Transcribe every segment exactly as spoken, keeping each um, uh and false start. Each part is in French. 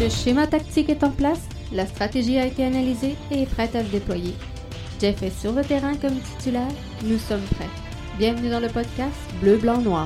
Le schéma tactique est en place, la stratégie a été analysée et est prête à se déployer. Jeff est sur le terrain comme titulaire, nous sommes prêts. Bienvenue dans le podcast Bleu, Blanc, Noir.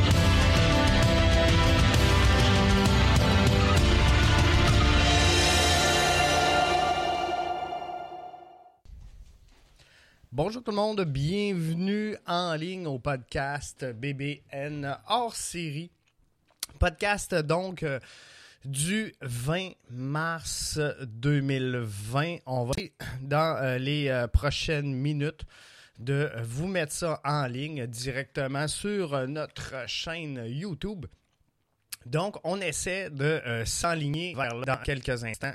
Bonjour tout le monde, bienvenue en ligne au podcast B B N hors série. Podcast donc euh, du vingt mars deux mille vingt. On va dans euh, les euh, prochaines minutes de vous mettre ça en ligne directement sur euh, notre chaîne YouTube. Donc on essaie de euh, s'enligner vers là dans quelques instants.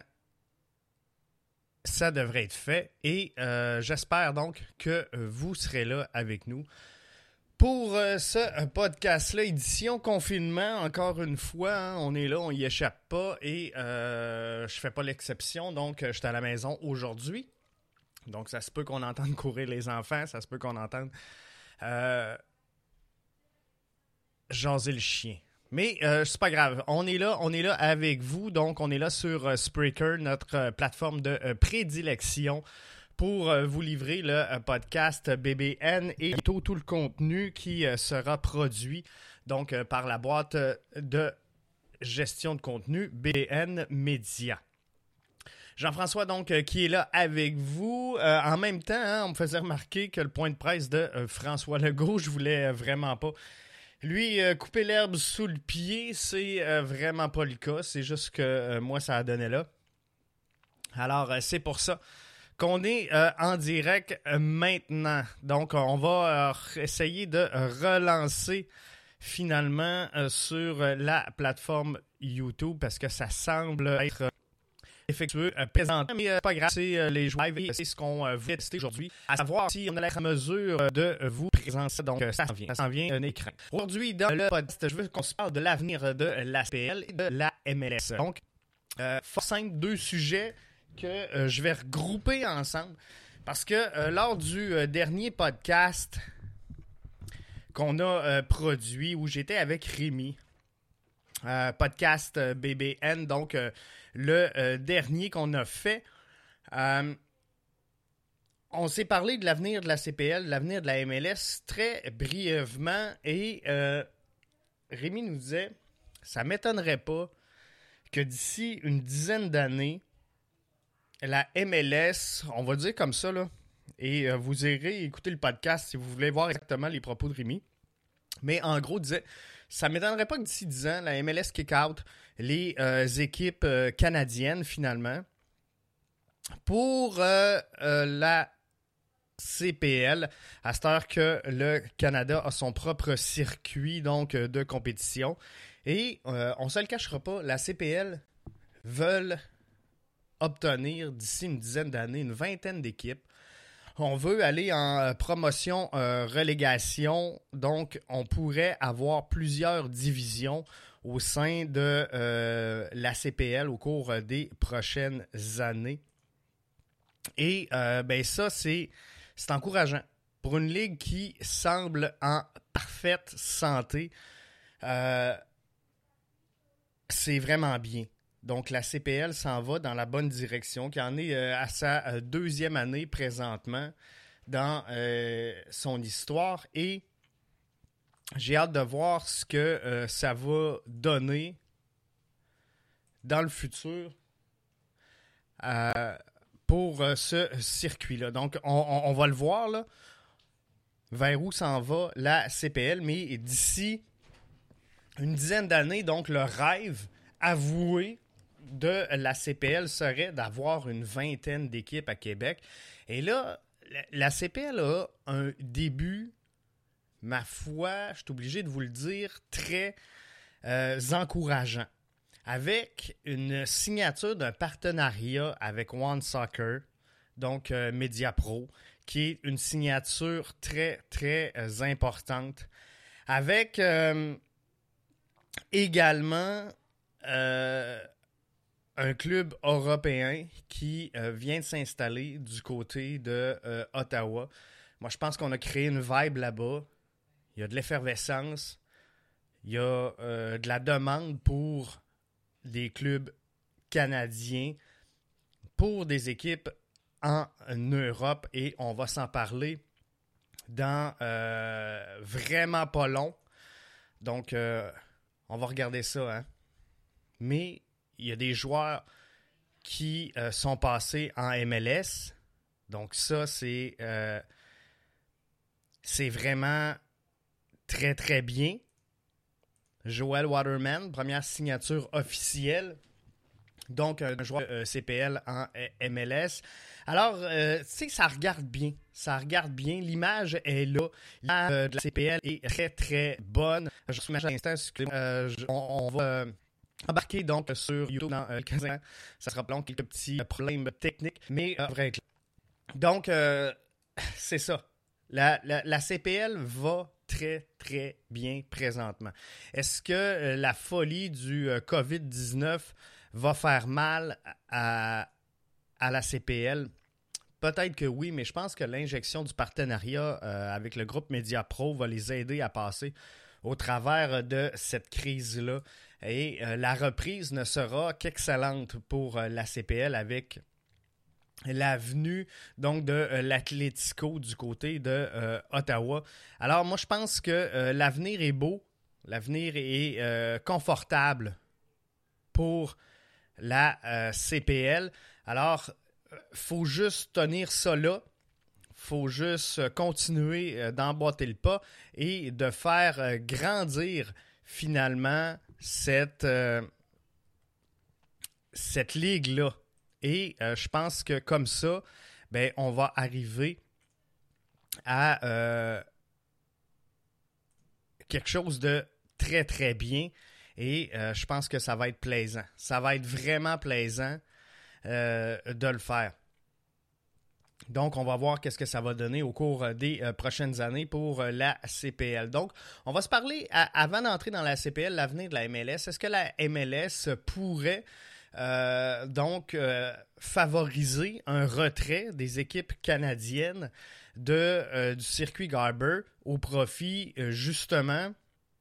Ça devrait être fait et euh, j'espère donc que vous serez là avec nous pour euh, ce podcast-là, édition confinement, encore une fois, hein, on est là, on y échappe pas et euh, je fais pas l'exception, donc je suis à la maison aujourd'hui. Donc ça se peut qu'on entende courir les enfants, ça se peut qu'on entende euh, jaser le chien. Mais euh, c'est pas grave, on est là, on est là avec vous, donc on est là sur euh, Spreaker, notre euh, plateforme de euh, prédilection pour euh, vous livrer le euh, podcast B B N et tout, tout le contenu qui euh, sera produit donc euh, par la boîte euh, de gestion de contenu B B N Media. Jean-François, donc, euh, qui est là avec vous. Euh, en même temps, hein, on me faisait remarquer que le point de presse de euh, François Legault, je voulais euh, vraiment pas... Lui, euh, couper l'herbe sous le pied, c'est euh, vraiment pas le cas. C'est juste que euh, moi, ça a donné là. Alors, euh, c'est pour ça qu'on est euh, en direct euh, maintenant. Donc, on va euh, essayer de relancer finalement euh, sur euh, la plateforme YouTube parce que ça semble être... Euh, effectueux euh, présentement, mais euh, pas grave, c'est euh, les joueurs et c'est ce qu'on euh, voulait tester aujourd'hui, à savoir si on a l'air en mesure euh, de euh, vous présenter, donc euh, ça s'en vient, ça s'en vient un écran. Aujourd'hui, dans le podcast, je veux qu'on se parle de l'avenir de la C P L et de la M L S. Donc, euh, fort simple, deux sujets que euh, je vais regrouper ensemble, parce que euh, lors du euh, dernier podcast qu'on a euh, produit, où j'étais avec Rémi, Euh, podcast euh, B B N, donc euh, le euh, dernier qu'on a fait. Euh, on s'est parlé de l'avenir de la C P L, de l'avenir de la M L S très brièvement et euh, Rémi nous disait, ça m'étonnerait pas que d'ici une dizaine d'années, la M L S, on va dire comme ça, là, et euh, vous irez écouter le podcast si vous voulez voir exactement les propos de Rémi, mais en gros, il disait... Ça ne m'étonnerait pas que d'ici dix ans, la M L S kick out les euh, équipes euh, canadiennes, finalement, pour euh, euh, la C P L, à cette heure que le Canada a son propre circuit donc, de compétition. Et euh, on ne se le cachera pas, la C P L veulent obtenir d'ici une dizaine d'années une vingtaine d'équipes. On veut aller en promotion euh, relégation, donc on pourrait avoir plusieurs divisions au sein de euh, la C P L au cours des prochaines années. Et euh, ben ça, c'est, c'est encourageant. Pour une ligue qui semble en parfaite santé, euh, c'est vraiment bien. Donc, la C P L s'en va dans la bonne direction, qui en est euh, à sa euh, deuxième année présentement dans euh, son histoire. Et j'ai hâte de voir ce que euh, ça va donner dans le futur euh, pour euh, ce circuit-là. Donc, on, on, on va le voir, là, vers où s'en va la C P L. Mais d'ici une dizaine d'années, donc, le rêve avoué de la C P L serait d'avoir une vingtaine d'équipes à Québec. Et là, la C P L a un début, ma foi, je suis obligé de vous le dire, très euh, encourageant. Avec une signature d'un partenariat avec One Soccer, donc euh, MediaPro, qui est une signature très, très euh, importante. Avec euh, également... Euh, un club européen qui euh, vient de s'installer du côté de euh, Ottawa. Moi, je pense qu'on a créé une vibe là-bas. Il y a de l'effervescence. Il y a euh, de la demande pour des clubs canadiens pour des équipes en Europe et on va s'en parler dans euh, vraiment pas long. Donc, euh, on va regarder ça. Hein? Mais il y a des joueurs qui euh, sont passés en M L S. Donc, ça, c'est, euh, c'est vraiment très, très bien. Joel Waterman, première signature officielle. Donc, un joueur euh, C P L en euh, M L S. Alors, euh, tu sais, ça regarde bien. Ça regarde bien. L'image est là. L'image euh, de la C P L est très, très bonne. Je suis à l'instant, excusez-moi. Euh, je, on, on va euh, embarquer donc sur YouTube dans euh, quinze ans. Ça sera long, quelques petits problèmes techniques, mais euh, vrai. Donc, euh, c'est ça. La, la, la C P L va très, très bien présentement. Est-ce que euh, la folie du euh, covid dix-neuf va faire mal à, à la C P L? Peut-être que oui, mais je pense que l'injection du partenariat euh, avec le groupe Mediapro va les aider à passer au travers de cette crise-là. Et euh, la reprise ne sera qu'excellente pour euh, la C P L avec la venue donc de euh, l'Atlético du côté de euh, Ottawa. Alors moi, je pense que euh, l'avenir est beau, l'avenir est euh, confortable pour la euh, C P L. Alors, il faut juste tenir ça là. Il faut juste continuer euh, d'emboîter le pas et de faire euh, grandir finalement cette, euh, cette ligue-là. Et euh, je pense que comme ça, ben, on va arriver à euh, quelque chose de très, très bien. Et euh, je pense que ça va être plaisant. Ça va être vraiment plaisant euh, de le faire. Donc, on va voir qu'est-ce que ça va donner au cours des euh, prochaines années pour euh, la C P L. Donc, on va se parler, à, avant d'entrer dans la C P L, l'avenir de la M L S. Est-ce que la M L S pourrait euh, donc euh, favoriser un retrait des équipes canadiennes de, euh, du circuit Garber au profit, euh, justement,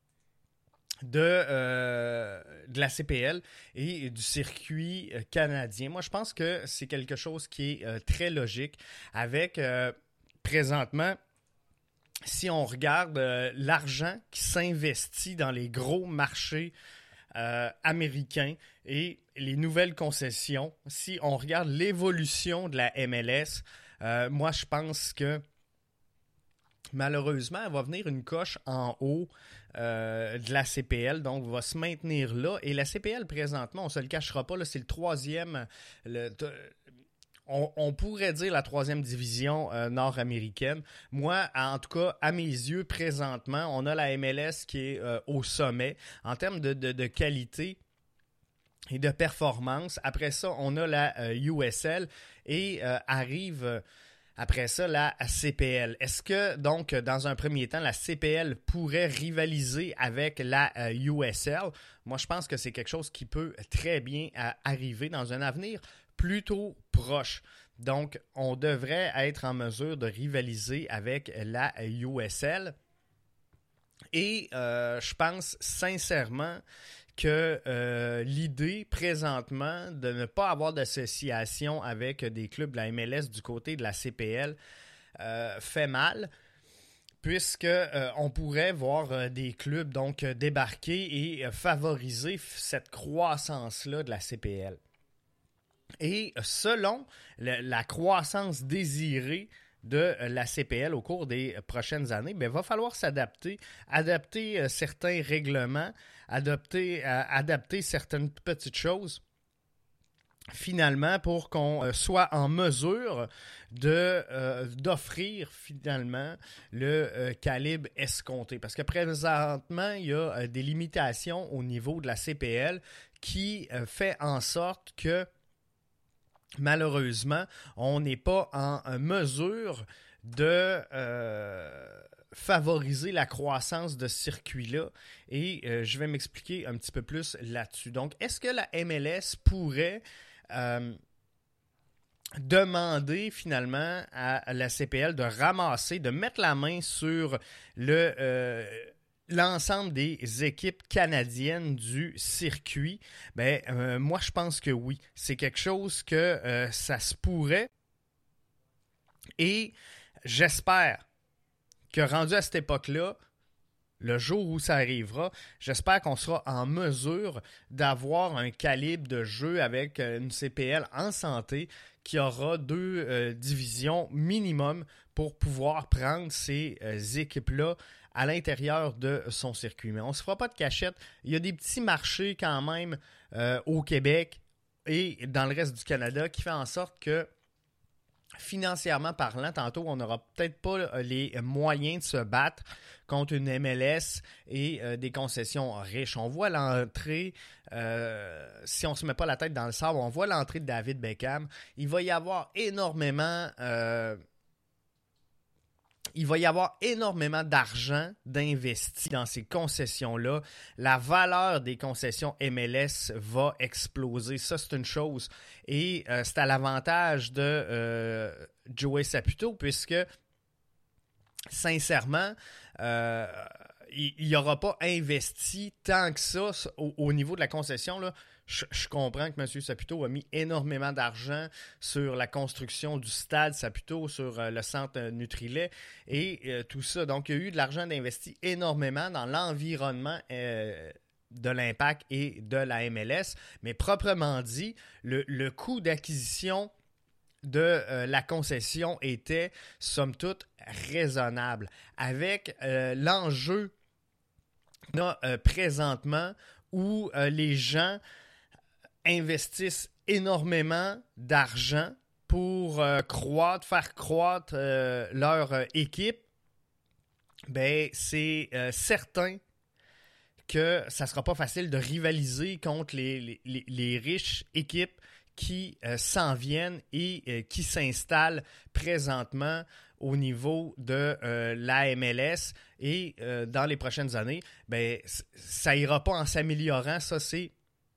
De, euh, de la C P L et du circuit canadien? Moi, je pense que c'est quelque chose qui est euh, très logique avec, euh, présentement, si on regarde euh, l'argent qui s'investit dans les gros marchés euh, américains et les nouvelles concessions, si on regarde l'évolution de la M L S, euh, moi, je pense que malheureusement, elle va venir une coche en haut euh, de la C P L, donc va se maintenir là. Et la C P L, présentement, on ne se le cachera pas, là, c'est le troisième, le, on, on pourrait dire la troisième division euh, nord-américaine. Moi, en tout cas, à mes yeux, présentement, on a la M L S qui est euh, au sommet en termes de, de, de qualité et de performance. Après ça, on a la euh, U S L et euh, arrive... Euh, Après ça, la C P L. Est-ce que, donc, dans un premier temps, la C P L pourrait rivaliser avec la euh, U S L? Moi, je pense que c'est quelque chose qui peut très bien euh, arriver dans un avenir plutôt proche. Donc, on devrait être en mesure de rivaliser avec la U S L. Et euh, je pense sincèrement que euh, l'idée présentement de ne pas avoir d'association avec des clubs de la M L S du côté de la C P L euh, fait mal, puisque euh, on pourrait voir euh, des clubs donc euh, débarquer et euh, favoriser f- cette croissance-là de la C P L. Et selon le, la croissance désirée de la C P L au cours des prochaines années, il va falloir s'adapter, adapter euh, certains règlements, adapter, euh, adapter certaines petites choses, finalement, pour qu'on euh, soit en mesure de, euh, d'offrir, finalement, le euh, calibre escompté. Parce que présentement, il y a euh, des limitations au niveau de la C P L qui euh, fait en sorte que malheureusement, on n'est pas en mesure de euh, favoriser la croissance de ce circuit-là. Et euh, je vais m'expliquer un petit peu plus là-dessus. Donc, est-ce que la M L S pourrait euh, demander finalement à la C P L de ramasser, de mettre la main sur le... Euh, l'ensemble des équipes canadiennes du circuit, ben euh, moi je pense que oui. C'est quelque chose que euh, ça se pourrait. Et j'espère que rendu à cette époque-là, le jour où ça arrivera, j'espère qu'on sera en mesure d'avoir un calibre de jeu avec une C P L en santé qui aura deux euh, divisions minimum pour pouvoir prendre ces euh, équipes-là à l'intérieur de son circuit. Mais on ne se fera pas de cachette. Il y a des petits marchés quand même euh, au Québec et dans le reste du Canada qui fait en sorte que financièrement parlant, tantôt, on n'aura peut-être pas les moyens de se battre contre une M L S et euh, des concessions riches. On voit l'entrée, euh, si on ne se met pas la tête dans le sable, on voit l'entrée de David Beckham. Il va y avoir énormément... Euh, Il va y avoir énormément d'argent d'investi dans ces concessions-là. La valeur des concessions M L S va exploser. Ça, c'est une chose. Et euh, c'est à l'avantage de euh, Joey Saputo, puisque, sincèrement, euh, il n'aura pas investi tant que ça au, au niveau de la concession, là. Je, je comprends que M. Saputo a mis énormément d'argent sur la construction du stade Saputo, sur euh, le centre euh, Nutrilait et euh, tout ça. Donc, il y a eu de l'argent d'investi énormément dans l'environnement euh, de l'Impact et de la M L S. Mais proprement dit, le, le coût d'acquisition de euh, la concession était, somme toute, raisonnable. Avec euh, l'enjeu qu'on a euh, présentement où euh, les gens investissent énormément d'argent pour euh, croître, faire croître euh, leur euh, équipe, ben c'est euh, certain que ça ne sera pas facile de rivaliser contre les, les, les riches équipes qui euh, s'en viennent et euh, qui s'installent présentement au niveau de euh, la M L S. Et euh, dans les prochaines années, ben, ça ira pas en s'améliorant, ça c'est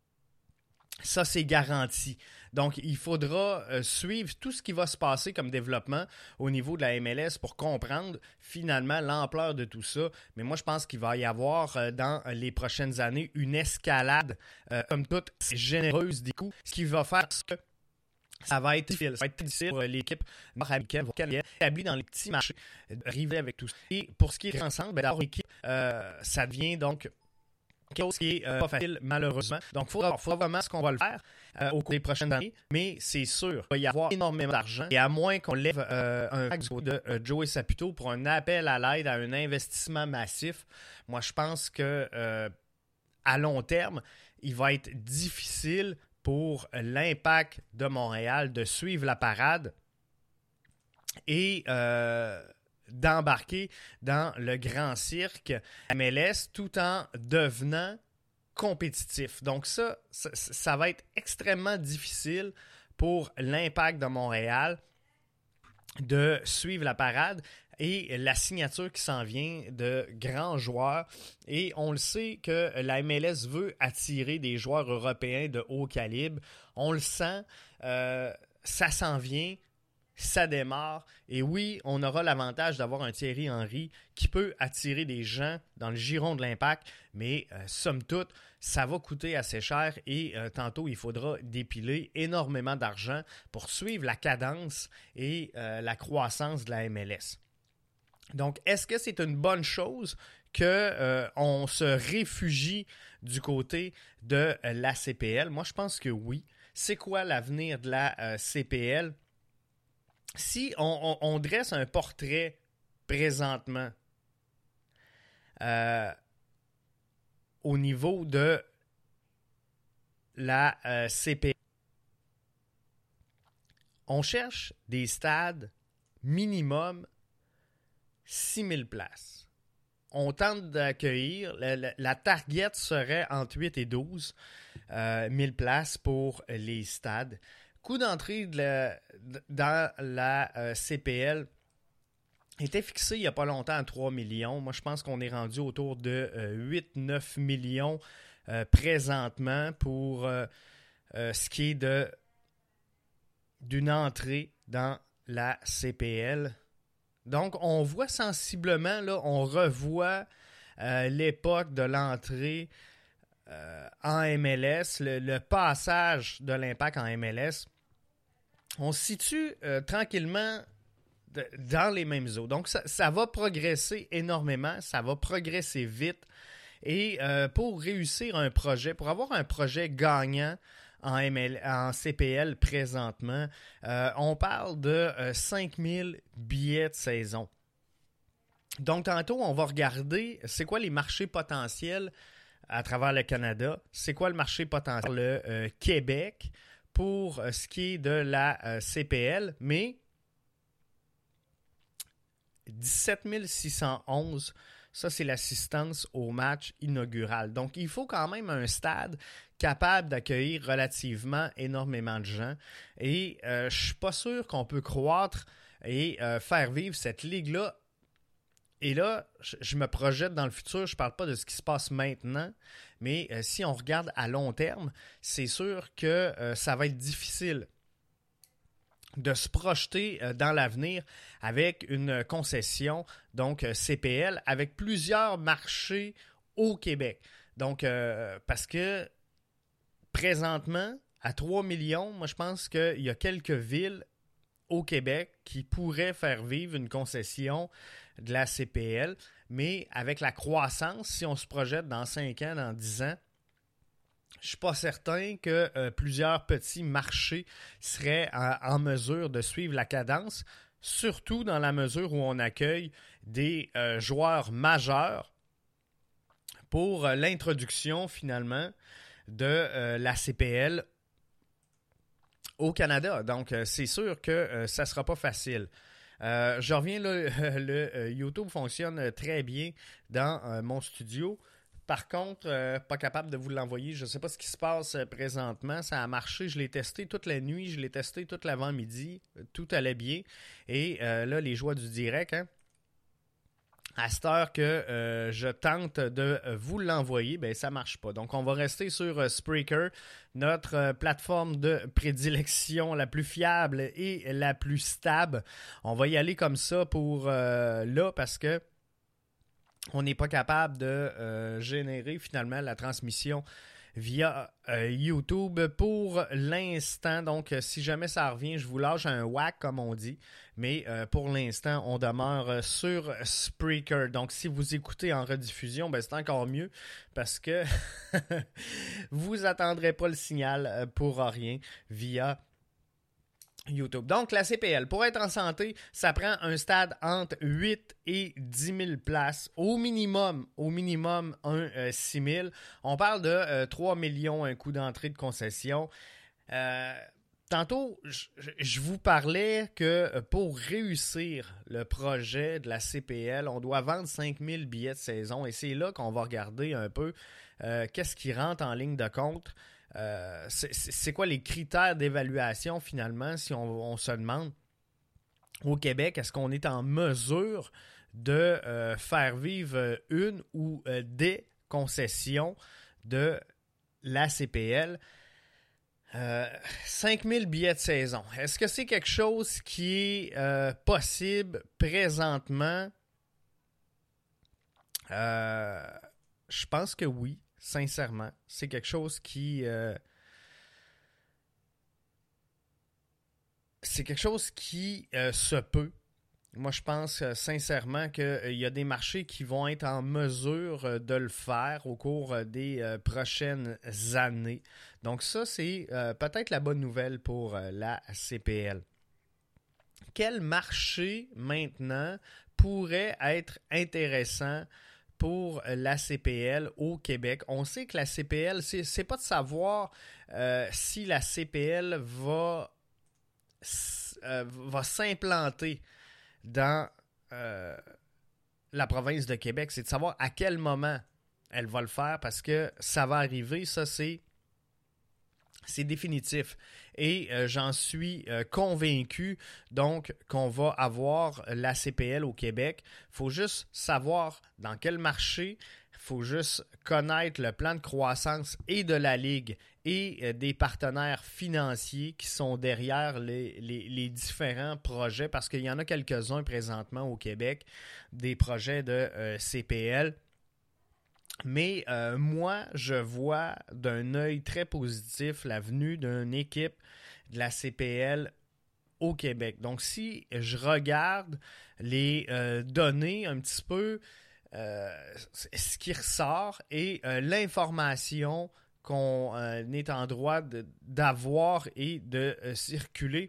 Ça, c'est garanti. Donc, il faudra euh, suivre tout ce qui va se passer comme développement au niveau de la M L S pour comprendre finalement l'ampleur de tout ça. Mais moi, je pense qu'il va y avoir euh, dans les prochaines années une escalade, euh, comme toute, généreuse des coûts, ce qui va faire que ça va être difficile. Ça va être difficile pour l'équipe nord-américaine, canadienne, établie dans les petits marchés, d'arriver avec tout ça. Et pour ce qui est ensemble, ben, d'avoir une équipe, euh, ça devient donc quelque chose qui n'est euh, pas facile, malheureusement. Donc, il faudra, faudra vraiment ce qu'on va le faire euh, au cours des prochaines années, mais c'est sûr qu'il va y avoir énormément d'argent. Et à moins qu'on lève euh, un flag du côté de euh, Joey Saputo pour un appel à l'aide, à un investissement massif, moi, je pense que euh, à long terme, il va être difficile pour l'Impact de Montréal de suivre la parade et euh, d'embarquer dans le grand cirque M L S tout en devenant compétitif. Donc ça, ça, ça va être extrêmement difficile pour l'Impact de Montréal de suivre la parade et la signature qui s'en vient de grands joueurs. Et on le sait que la M L S veut attirer des joueurs européens de haut calibre. On le sent, euh, ça s'en vient. Ça démarre. Et oui, on aura l'avantage d'avoir un Thierry Henry qui peut attirer des gens dans le giron de l'Impact, mais euh, somme toute, ça va coûter assez cher et euh, tantôt, il faudra dépiler énormément d'argent pour suivre la cadence et euh, la croissance de la M L S. Donc, est-ce que c'est une bonne chose qu'on euh, se réfugie du côté de euh, la C P L? Moi, je pense que oui. C'est quoi l'avenir de la euh, C P L? Si on, on, on dresse un portrait présentement euh, au niveau de la euh, C P L, on cherche des stades minimum six mille places. On tente d'accueillir, la, la, la target serait entre huit et douze euh, mille places pour les stades. Coût d'entrée de la, dans la euh, C P L était fixé il n'y a pas longtemps à trois millions. Moi, je pense qu'on est rendu autour de euh, huit à neuf millions euh, présentement pour euh, euh, ce qui est de, d'une entrée dans la C P L. Donc, on voit sensiblement, là, on revoit euh, l'époque de l'entrée euh, en M L S, le, le passage de l'Impact en M L S, on se situe euh, tranquillement de, dans les mêmes eaux. Donc, ça, ça va progresser énormément, ça va progresser vite. Et euh, pour réussir un projet, pour avoir un projet gagnant en, M L, en C P L présentement, euh, on parle de euh, cinq mille billets de saison. Donc, tantôt, on va regarder c'est quoi les marchés potentiels à travers le Canada, c'est quoi le marché potentiel le euh, Québec pour euh, ce qui est de la euh, C P L, mais dix-sept mille six cent onze, ça c'est l'assistance au match inaugural. Donc il faut quand même un stade capable d'accueillir relativement énormément de gens et euh, je suis pas sûr qu'on peut croître et euh, faire vivre cette ligue-là. Et là, je me projette dans le futur, je ne parle pas de ce qui se passe maintenant, mais euh, si on regarde à long terme, c'est sûr que euh, ça va être difficile de se projeter euh, dans l'avenir avec une concession, donc euh, C P L, avec plusieurs marchés au Québec. Donc, euh, parce que présentement, à trois millions, moi je pense qu'il y a quelques villes au Québec qui pourraient faire vivre une concession de la C P L, mais avec la croissance, si on se projette dans cinq ans, dans dix ans, je ne suis pas certain que euh, plusieurs petits marchés seraient en, en mesure de suivre la cadence, surtout dans la mesure où on accueille des euh, joueurs majeurs pour euh, l'introduction finalement de euh, la C P L au Canada. Donc, euh, c'est sûr que euh, ça ne sera pas facile. Euh, je reviens là, euh, le euh, YouTube fonctionne très bien dans euh, mon studio. Par contre, euh, pas capable de vous l'envoyer. Je ne sais pas ce qui se passe euh, présentement. Ça a marché. Je l'ai testé toute la nuit. Je l'ai testé toute l'avant-midi. Tout allait bien. Et euh, là, les joies du direct, hein? À cette heure que euh, je tente de vous l'envoyer, ben ça ne marche pas. Donc, on va rester sur euh, Spreaker, notre euh, plateforme de prédilection la plus fiable et la plus stable. On va y aller comme ça pour euh, là parce que on n'est pas capable de euh, générer finalement la transmission via euh, YouTube pour l'instant. Donc, euh, si jamais ça revient, je vous lâche un whack, comme on dit. Mais euh, pour l'instant, on demeure euh, sur Spreaker. Donc, si vous écoutez en rediffusion, ben, c'est encore mieux parce que vous attendrez pas le signal euh, pour rien via YouTube. Donc, la C P L, pour être en santé, ça prend un stade entre huit et dix mille places. Au minimum, au minimum, un euh, six mille. On parle de euh, trois millions, un coût d'entrée de concession. Euh, tantôt, je, je vous parlais que pour réussir le projet de la C P L, on doit vendre cinq mille billets de saison. Et c'est là qu'on va regarder un peu euh, qu'est-ce qui rentre en ligne de compte. Euh, c'est, c'est quoi les critères d'évaluation finalement si on, on se demande au Québec, est-ce qu'on est en mesure de euh, faire vivre une ou euh, des concessions de la C P L? Euh, cinq mille billets de saison. Est-ce que c'est quelque chose qui est euh, possible présentement? Euh, je pense que oui. Sincèrement, c'est quelque chose qui euh, c'est quelque chose qui euh, se peut. Moi, je pense euh, sincèrement qu'il euh, y a des marchés qui vont être en mesure euh, de le faire au cours euh, des euh, prochaines années. Donc ça, c'est euh, peut-être la bonne nouvelle pour euh, la C P L. Quel marché maintenant pourrait être intéressant pour la C P L au Québec? On sait que la C P L, c'est, c'est pas de savoir euh, si la C P L va, euh, va s'implanter dans euh, la province de Québec. C'est de savoir à quel moment elle va le faire parce que ça va arriver. Ça, c'est, c'est définitif. Et euh, j'en suis euh, convaincu, donc, qu'on va avoir la C P L au Québec. Il faut juste savoir dans quel marché, il faut juste connaître le plan de croissance et de la Ligue et euh, des partenaires financiers qui sont derrière les, les, les différents projets, parce qu'il y en a quelques-uns présentement au Québec, des projets de euh, C P L. Mais euh, moi, je vois d'un œil très positif la venue d'une équipe de la C P L au Québec. Donc, si je regarde les euh, données un petit peu, euh, ce qui ressort et euh, l'information qu'on euh, est en droit de, d'avoir et de euh, circuler.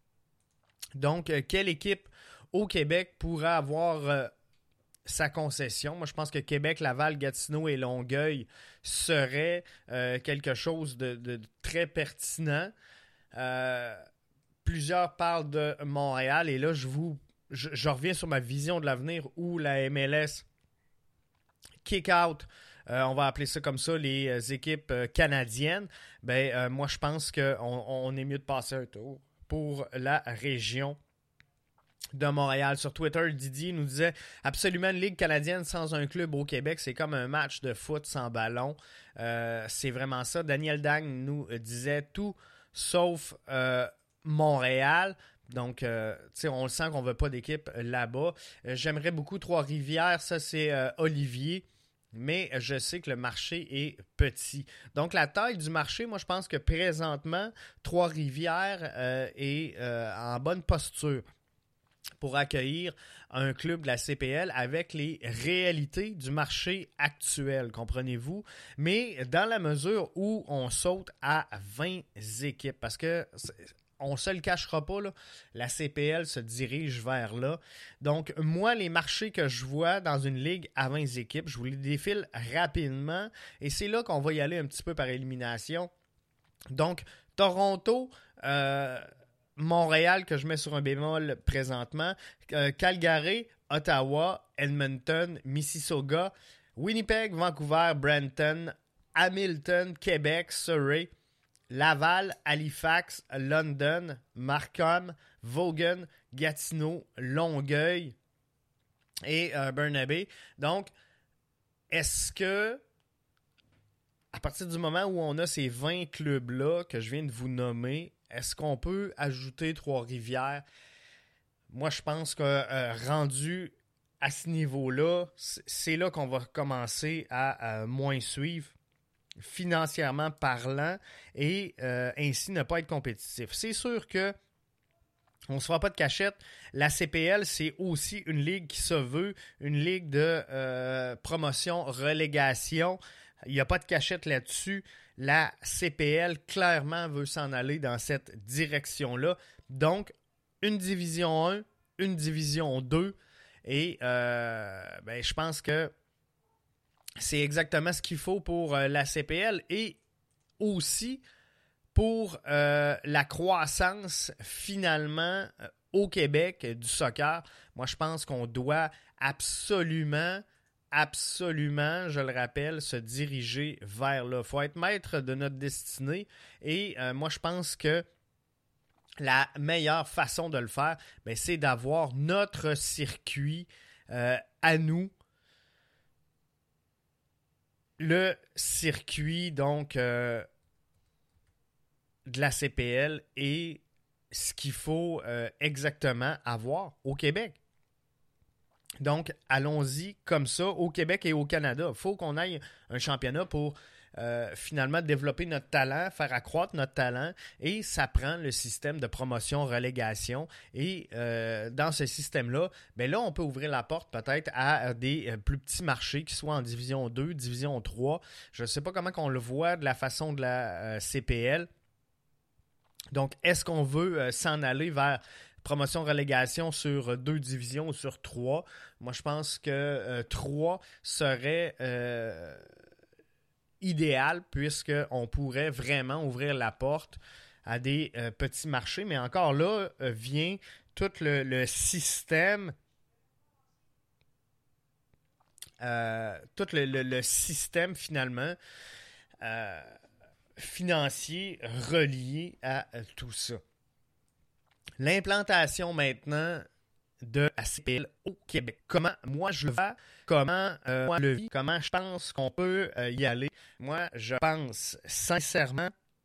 Donc, euh, quelle équipe au Québec pourrait avoir euh, sa concession? Moi, je pense que Québec, Laval, Gatineau et Longueuil seraient euh, quelque chose de, de très pertinent. Euh, plusieurs parlent de Montréal et là, je vous je, je reviens sur ma vision de l'avenir où la M L S kick out, euh, on va appeler ça comme ça, les euh, équipes euh, canadiennes. Ben, euh, moi, je pense qu'on on est mieux de passer un tour pour la région de Montréal. Sur Twitter, Didier nous disait absolument une ligue canadienne sans un club au Québec, c'est comme un match de foot sans ballon. Euh, c'est vraiment ça. Daniel Dang nous disait tout sauf euh, Montréal. Donc, euh, on le sent qu'on ne veut pas d'équipe là-bas. Euh, j'aimerais beaucoup Trois-Rivières. Ça, c'est euh, Olivier. Mais je sais que le marché est petit. Donc, la taille du marché, moi, je pense que présentement, Trois-Rivières euh, est euh, en bonne posture pour accueillir un club de la C P L avec les réalités du marché actuel, comprenez-vous? Mais dans la mesure où on saute à vingt équipes, parce que on ne se le cachera pas, là, la C P L se dirige vers là. Donc, moi, les marchés que je vois dans une ligue à vingt équipes, je vous les défile rapidement et c'est là qu'on va y aller un petit peu par élimination. Donc, Toronto, euh, Montréal, que je mets sur un bémol présentement, euh, Calgary, Ottawa, Edmonton, Mississauga, Winnipeg, Vancouver, Brampton, Hamilton, Québec, Surrey, Laval, Halifax, London, Markham, Vaughan, Gatineau, Longueuil et euh, Burnaby. Donc, est-ce que, à partir du moment où on a ces vingt clubs-là que je viens de vous nommer, est-ce qu'on peut ajouter Trois-Rivières? Moi, je pense que euh, rendu à ce niveau-là, c'est là qu'on va commencer à, à moins suivre financièrement parlant et euh, ainsi ne pas être compétitif. C'est sûr que on ne se fera pas de cachette. La C P L, c'est aussi une ligue qui se veut une ligue de euh, promotion-relégation. Il n'y a pas de cachette là-dessus. La C P L, clairement, veut s'en aller dans cette direction-là. Donc, une division un, une division deux. Et euh, ben, je pense que c'est exactement ce qu'il faut pour euh, la C P L et aussi pour euh, la croissance finalement euh, au Québec euh, du soccer. Moi, je pense qu'on doit absolument, absolument, je le rappelle, se diriger vers là. Il faut être maître de notre destinée et euh, moi, je pense que la meilleure façon de le faire, ben, c'est d'avoir notre circuit euh, à nous. Le circuit, donc, euh, de la C P L et ce qu'il faut euh, exactement avoir au Québec. Donc, allons-y comme ça au Québec et au Canada. Il faut qu'on aille un championnat pour euh, finalement développer notre talent, faire accroître notre talent et ça prend le système de promotion-relégation. Et euh, dans ce système-là, ben là, on peut ouvrir la porte peut-être à des euh, plus petits marchés qui soient en division deux, division trois. Je ne sais pas comment on le voit de la façon de la euh, C P L. Donc, est-ce qu'on veut euh, s'en aller vers promotion-relégation sur deux divisions ou sur trois? Moi, je pense que euh, trois serait euh, idéal puisqu'on pourrait vraiment ouvrir la porte à des euh, petits marchés. Mais encore là, euh, vient tout le, le système, euh, tout le, le, le système finalement euh, financier relié à euh, tout ça. L'implantation maintenant de la C P L au Québec. Comment moi je le vois, comment euh, moi je le vis, comment je pense qu'on peut euh, y aller. Moi, je pense sincèrement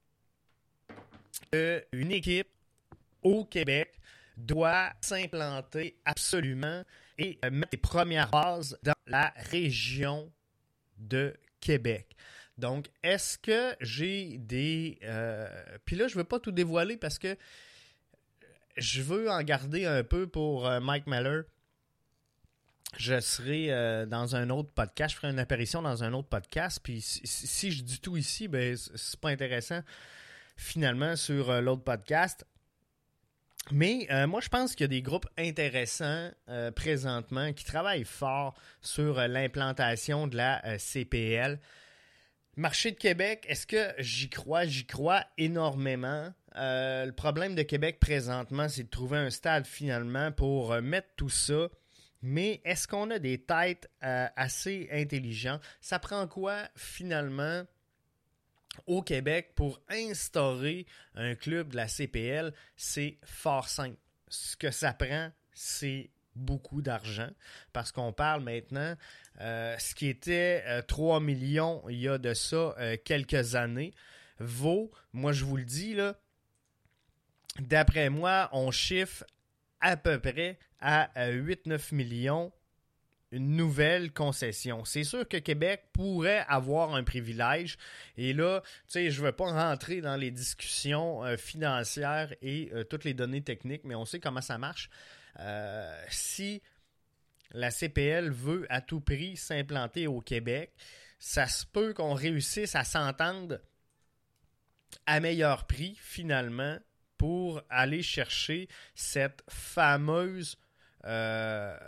qu'une équipe au Québec doit s'implanter absolument et euh, mettre les premières bases dans la région de Québec. Donc, est-ce que j'ai des... Euh... Puis là, je ne veux pas tout dévoiler parce que je veux en garder un peu pour euh, Mike Miller. Je serai euh, dans un autre podcast. Je ferai une apparition dans un autre podcast. Puis si, si je dis tout ici, ben c'est pas intéressant finalement sur euh, l'autre podcast. Mais euh, moi, je pense qu'il y a des groupes intéressants euh, présentement qui travaillent fort sur euh, l'implantation de la euh, C P L. Marché de Québec, est-ce que j'y crois? J'y crois énormément. Euh, le problème de Québec présentement, c'est de trouver un stade finalement pour euh, mettre tout ça. Mais est-ce qu'on a des têtes euh, assez intelligentes? Ça prend quoi finalement au Québec pour instaurer un club de la C P L? C'est fort simple. Ce que ça prend, c'est beaucoup d'argent parce qu'on parle maintenant, euh, ce qui était euh, trois millions il y a de ça euh, quelques années, vaut, moi je vous le dis, là, d'après moi, on chiffre à peu près à euh, huit à neuf millions une nouvelle concession. C'est sûr que Québec pourrait avoir un privilège et là, tu sais, je ne veux pas rentrer dans les discussions euh, financières et euh, toutes les données techniques, mais on sait comment ça marche. Euh, si la C P L veut à tout prix s'implanter au Québec, ça se peut qu'on réussisse à s'entendre à meilleur prix finalement pour aller chercher cette fameuse euh,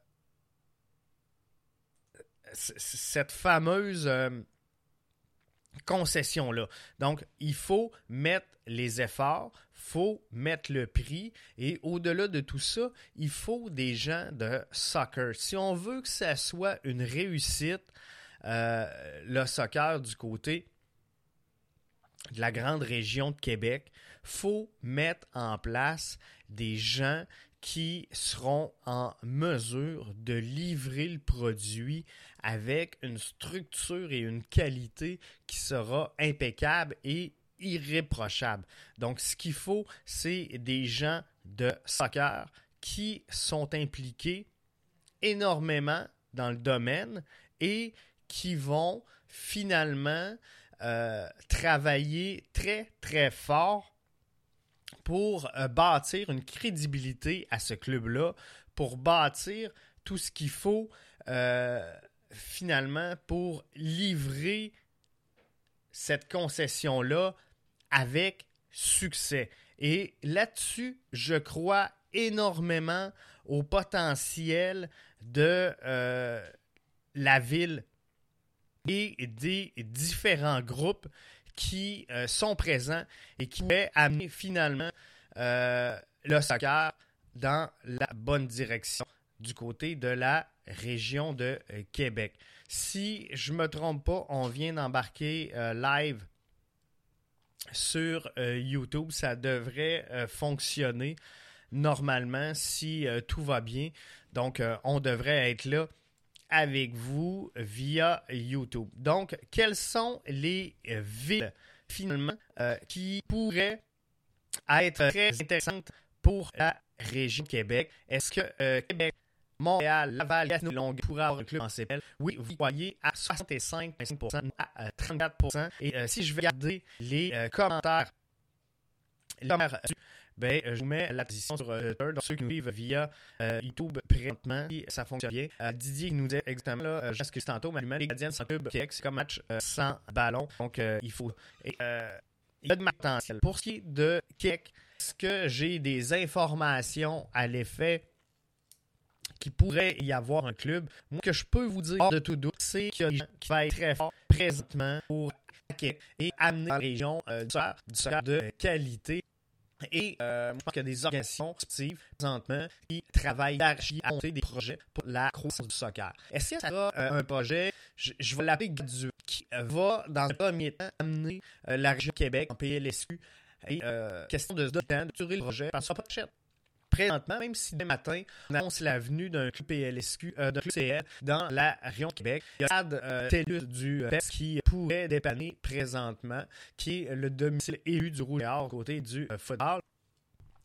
c- cette fameuse euh, concession-là. Donc, il faut mettre les efforts, il faut mettre le prix et au-delà de tout ça, il faut des gens de soccer. Si on veut que ça soit une réussite, euh, le soccer du côté de la grande région de Québec, il faut mettre en place des gens qui seront en mesure de livrer le produit avec une structure et une qualité qui sera impeccable et irréprochable. Donc, ce qu'il faut, c'est des gens de soccer qui sont impliqués énormément dans le domaine et qui vont finalement euh, travailler très, très fort pour euh, bâtir une crédibilité à ce club-là, pour bâtir tout ce qu'il faut euh, finalement pour livrer cette concession-là avec succès. Et là-dessus, je crois énormément au potentiel de euh, la ville et des différents groupes qui euh, sont présents et qui pourraient amener finalement euh, le soccer dans la bonne direction du côté de la région de euh, Québec. Si je ne me trompe pas, on vient d'embarquer euh, live sur euh, YouTube. Ça devrait euh, fonctionner normalement si euh, tout va bien. Donc, euh, on devrait être là avec vous via YouTube. Donc, quelles sont les euh, villes finalement euh, qui pourraient être très intéressantes pour la région Québec? Est-ce que euh, Québec, Montréal, Laval, Gatineau, Longueuil pourraient avoir un club en C P L? Oui, vous voyez à soixante-cinq virgule cinq pour cent à trente-quatre pour cent. Et euh, si je vais regarder les euh, commentaires, les commentaires dessus, ben, je vous mets la position sur euh, Twitter. Donc, ceux qui nous vivent via euh, YouTube présentement, ça fonctionne bien. Euh, Didier nous dit exactement là, euh, je sais que c'est tantôt, mais les Canadiens sans club Québec, c'est comme match euh, sans ballon. Donc, euh, il faut. Et, euh, il y a de potentiel. Pour ce qui est de Québec, est-ce que j'ai des informations à l'effet qu'il pourrait y avoir un club? Moi, ce que je peux vous dire de tout doute, c'est qu'il y a des gens qui vont être très forts présentement pour Québec et amener la région euh, du soccer, du soccer de qualité. Et euh, je pense qu'il y a des organisations sportives présentement qui travaillent d'archi à monter des projets pour la croissance du soccer. Est-ce que ça sera euh, un projet, je, je vais l'appeler graduel, qui euh, va dans un premier temps amener euh, la région Québec en P L S Q et euh, question de se donner le temps de tuer le projet parce que ça ne sera pas cher. Présentement, même si demain matin, on annonce la venue d'un club P L S Q, euh, d'un club C L dans la région de Québec, il y a le stade euh, TELUS du P E S qui pourrait dépanner présentement, qui est le domicile élu du Rouge et Or côté du euh, football.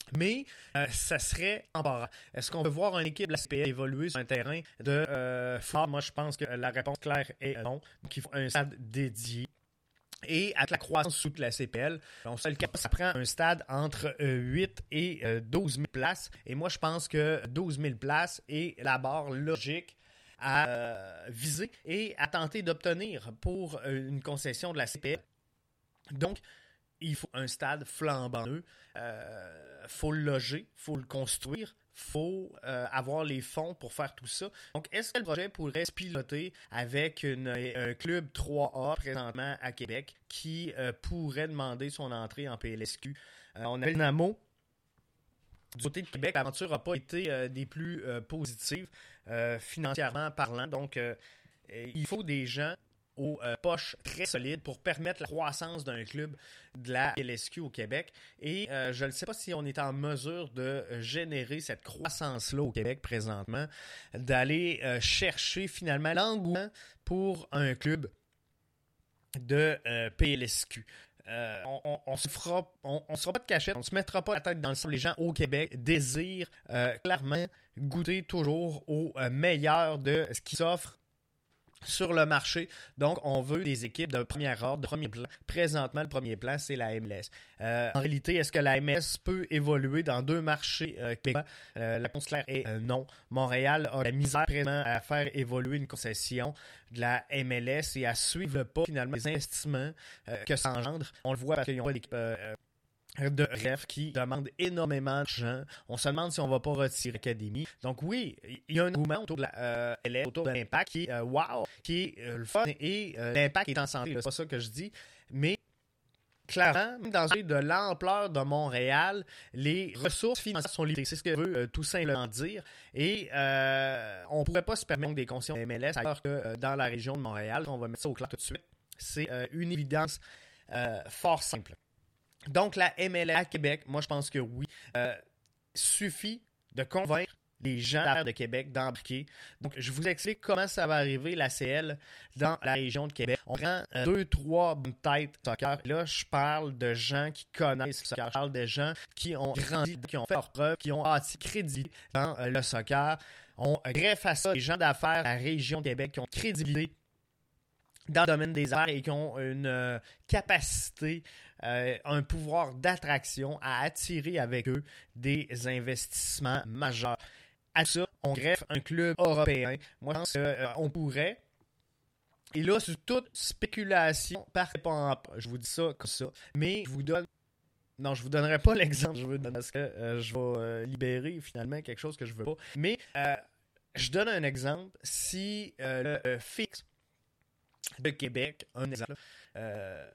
Mais euh, ça serait temporaire. Est-ce qu'on veut voir une équipe de la C P L évoluer sur un terrain de euh, fort? Moi, je pense que la réponse claire est non. Donc, il faut un stade dédié. Et avec la croissance sous la C P L, on sait le cas, ça prend un stade entre huit et douze mille places. Et moi, je pense que douze mille places est la barre logique à euh, viser et à tenter d'obtenir pour une concession de la C P L. Donc, il faut un stade flambant neuf. Il euh, faut le loger, il faut le construire, il faut euh, avoir les fonds pour faire tout ça. Donc, est-ce que le projet pourrait se piloter avec une, un club trois A présentement à Québec qui euh, pourrait demander son entrée en P L S Q? Euh, on a le Namo. Du côté de Québec, l'aventure n'a pas été euh, des plus euh, positives euh, financièrement parlant. Donc, euh, il faut des gens aux euh, poches très solides pour permettre la croissance d'un club de la P L S Q au Québec. Et euh, je ne sais pas si on est en mesure de générer cette croissance-là au Québec présentement, d'aller euh, chercher finalement l'engouement pour un club de euh, P L S Q. Euh, on on se fera, on, on se fera pas de cachette, on se mettra pas la tête dans le sol. Les gens au Québec désirent euh, clairement goûter toujours au euh, meilleur de ce qui s'offre sur le marché. Donc, on veut des équipes de premier ordre, de premier plan. Présentement, le premier plan, c'est la M L S. Euh, en réalité, est-ce que la M L S peut évoluer dans deux marchés euh, québécois? Euh, la réponse claire est euh, non. Montréal a la misère présentement à faire évoluer une concession de la M L S et à suivre pas finalement les investissements euh, que ça engendre. On le voit parce qu'ils ont pas d'équipe euh, de rêve qui demande énormément de gens. On se demande si on va pas retirer l'Académie. Donc oui, il y a un mouvement autour de la euh, L S, autour de l'Impact qui est euh, wow, qui est euh, le fun et euh, l'Impact est en santé. C'est pas ça que je dis, mais clairement, même dans un de l'ampleur de Montréal, les ressources financières sont limitées. C'est ce que veut euh, tout simplement dire. Et euh, on ne pourrait pas se permettre des conditions M L S alors que euh, dans la région de Montréal, on va mettre ça au clair tout de suite. C'est euh, une évidence euh, fort simple. Donc, la M L S à Québec, moi, je pense que oui, euh, suffit de convaincre les gens de Québec d'embarquer. Donc, je vous explique comment ça va arriver, la C L, dans la région de Québec. On prend euh, deux, trois bonnes têtes soccer. Là, je parle de gens qui connaissent le soccer. Je parle de gens qui ont grandi, qui ont fait leur preuve, qui ont bâti crédit dans euh, le soccer. On greffe à ça des gens d'affaires à la région de Québec qui ont crédibilité dans le domaine des arts et qui ont une euh, capacité, euh, un pouvoir d'attraction à attirer avec eux des investissements majeurs. À ça, on greffe un club européen. Moi, je pense qu'on euh, pourrait. Et là, c'est toute spéculation par pas. Je vous dis ça comme ça. Mais je vous donne. Non, je vous donnerai pas l'exemple je veux donner parce que euh, je vais euh, libérer finalement quelque chose que je veux pas. Mais euh, je donne un exemple. Si euh, le euh, fixe de Québec, un exemple, euh,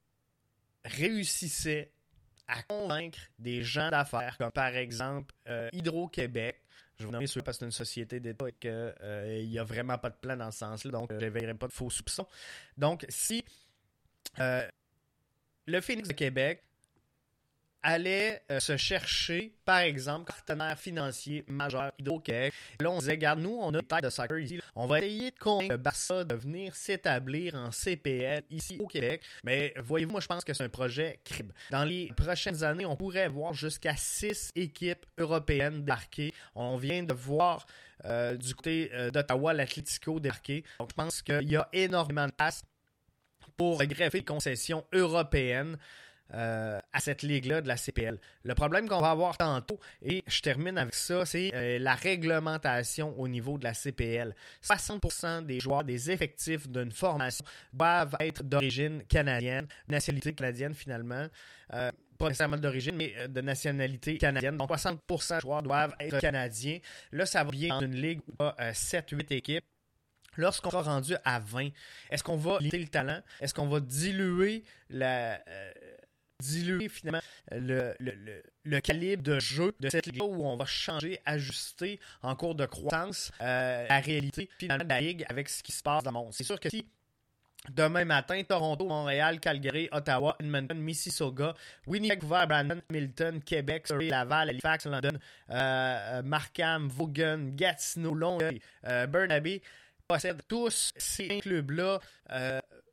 réussissait à convaincre des gens d'affaires, comme par exemple euh, Hydro-Québec. Je vais vous nommer ceux parce que c'est une société d'État et qu'il euh, n'y a vraiment pas de plan dans ce sens-là, donc je n'éveillerai pas de faux soupçons. Donc, si euh, le Phoenix de Québec allait euh, se chercher, par exemple, partenaire financier majeur Hydro-Québec. Là, on disait, regarde, nous, on a une tête de soccer ici. On va essayer de convaincre Barça de venir s'établir en C P L ici au Québec. Mais voyez-vous, moi, je pense que c'est un projet crib. Dans les prochaines années, on pourrait voir jusqu'à six équipes européennes débarquer. On vient de voir euh, du côté euh, d'Ottawa l'Atlético débarquer. Donc, je pense qu'il y a énormément de place pour greffer des concessions européennes Euh, à cette ligue-là de la C P L. Le problème qu'on va avoir tantôt, et je termine avec ça, c'est euh, la réglementation au niveau de la C P L. soixante pour cent des joueurs, des effectifs d'une formation doivent être d'origine canadienne, nationalité canadienne finalement. Euh, pas nécessairement d'origine, mais de nationalité canadienne. Donc soixante pour cent des joueurs doivent être canadiens. Là, ça va bien dans une ligue où il y a euh, sept huit équipes. Lorsqu'on sera rendu à vingt, est-ce qu'on va limiter le talent? Est-ce qu'on va diluer la... Euh, diluer finalement le, le, le, le calibre de jeu de cette ligue où on va changer, ajuster en cours de croissance euh, la réalité finalement de la ligue avec ce qui se passe dans le monde. C'est sûr que si demain matin, Toronto, Montréal, Calgary, Ottawa, Edmonton, Mississauga, Winnipeg, Vancouver, Brandon, Hamilton, Québec, Surrey, Laval, Halifax, London, euh, Markham, Vaughan, Gatineau, Longueuil, euh, Burnaby possèdent tous ces clubs-là euh,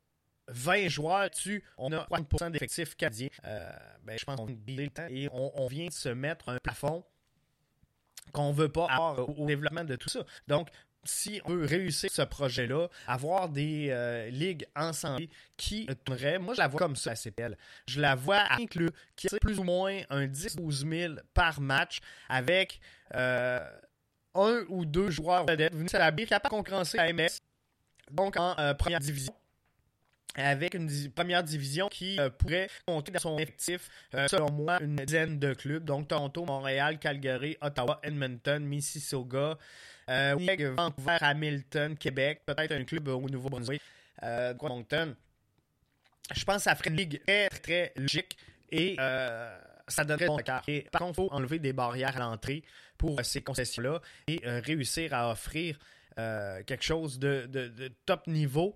vingt joueurs dessus, on a trente pour cent d'effectifs canadiens. Euh, ben, je pense qu'on vient de biler le temps et on, on vient de se mettre un plafond qu'on ne veut pas avoir au, au développement de tout ça. Donc, si on veut réussir ce projet-là, avoir des euh, ligues ensemble qui tourneraient, moi je la vois comme ça, la C P L. Je la vois à un club qui a plus ou moins un dix à douze mille par match avec euh, un ou deux joueurs vedettes venus s'établir capables de concurrencer la M S, donc en euh, première division. Avec une di- première division qui euh, pourrait compter dans son effectif, euh, selon moi, une dizaine de clubs. Donc Toronto, Montréal, Calgary, Ottawa, Edmonton, Mississauga, euh, Winnipeg, Vancouver, Hamilton, Québec, peut-être un club au Nouveau-Brunswick, euh, Moncton. Je pense que ça ferait une ligue très, très, très logique et euh, ça donnerait bon cœur. Et par contre, il faut enlever des barrières à l'entrée pour euh, ces concessions-là et euh, réussir à offrir euh, quelque chose de, de, de top niveau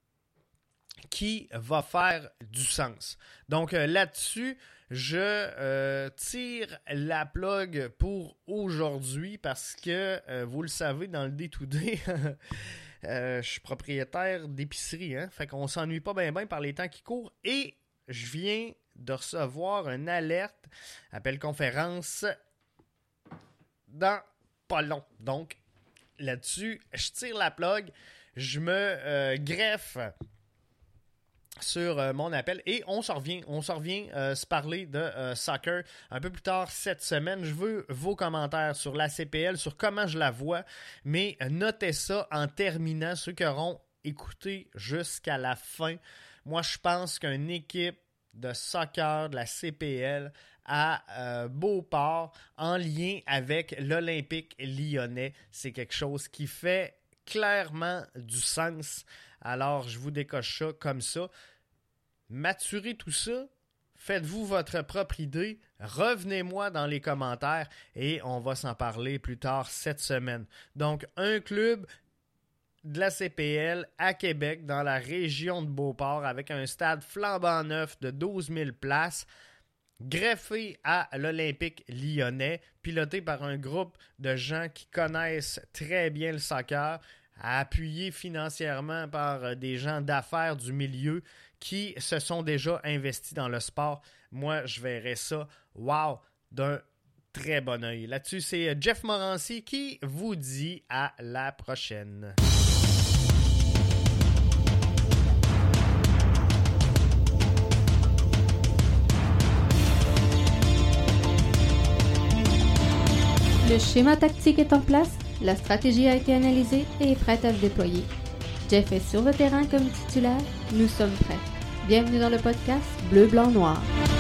qui va faire du sens. Donc euh, là-dessus, je euh, tire la plug pour aujourd'hui parce que, euh, vous le savez, dans le day-to-day, euh, je suis propriétaire d'épicerie, hein? Fait qu'on s'ennuie pas bien bien par les temps qui courent et je viens de recevoir une alerte, appel conférence dans pas long. Donc là-dessus, je tire la plug, je me euh, greffe sur euh, mon appel et on s'en revient, on s'en revient euh, se parler de euh, soccer un peu plus tard cette semaine. Je veux vos commentaires sur la C P L, sur comment je la vois, mais notez ça en terminant, ceux qui auront écouté jusqu'à la fin. Moi, je pense qu'une équipe de soccer de la C P L à euh, Beauport en lien avec l'Olympique lyonnais, c'est quelque chose qui fait clairement du sens. Alors, je vous décoche ça comme ça. Maturez tout ça. Faites-vous votre propre idée. Revenez-moi dans les commentaires et on va s'en parler plus tard cette semaine. Donc, un club de la C P L à Québec, dans la région de Beauport, avec un stade flambant neuf de douze mille places, greffé à l'Olympique lyonnais, piloté par un groupe de gens qui connaissent très bien le soccer, appuyé financièrement par des gens d'affaires du milieu qui se sont déjà investis dans le sport. Moi, je verrais ça, wow, d'un très bon œil. Là-dessus, c'est Jeff Morancy qui vous dit à la prochaine. Le schéma tactique est en place, la stratégie a été analysée et est prête à se déployer. Jeff est sur le terrain comme titulaire, nous sommes prêts. Bienvenue dans le podcast Bleu, Blanc, Noir.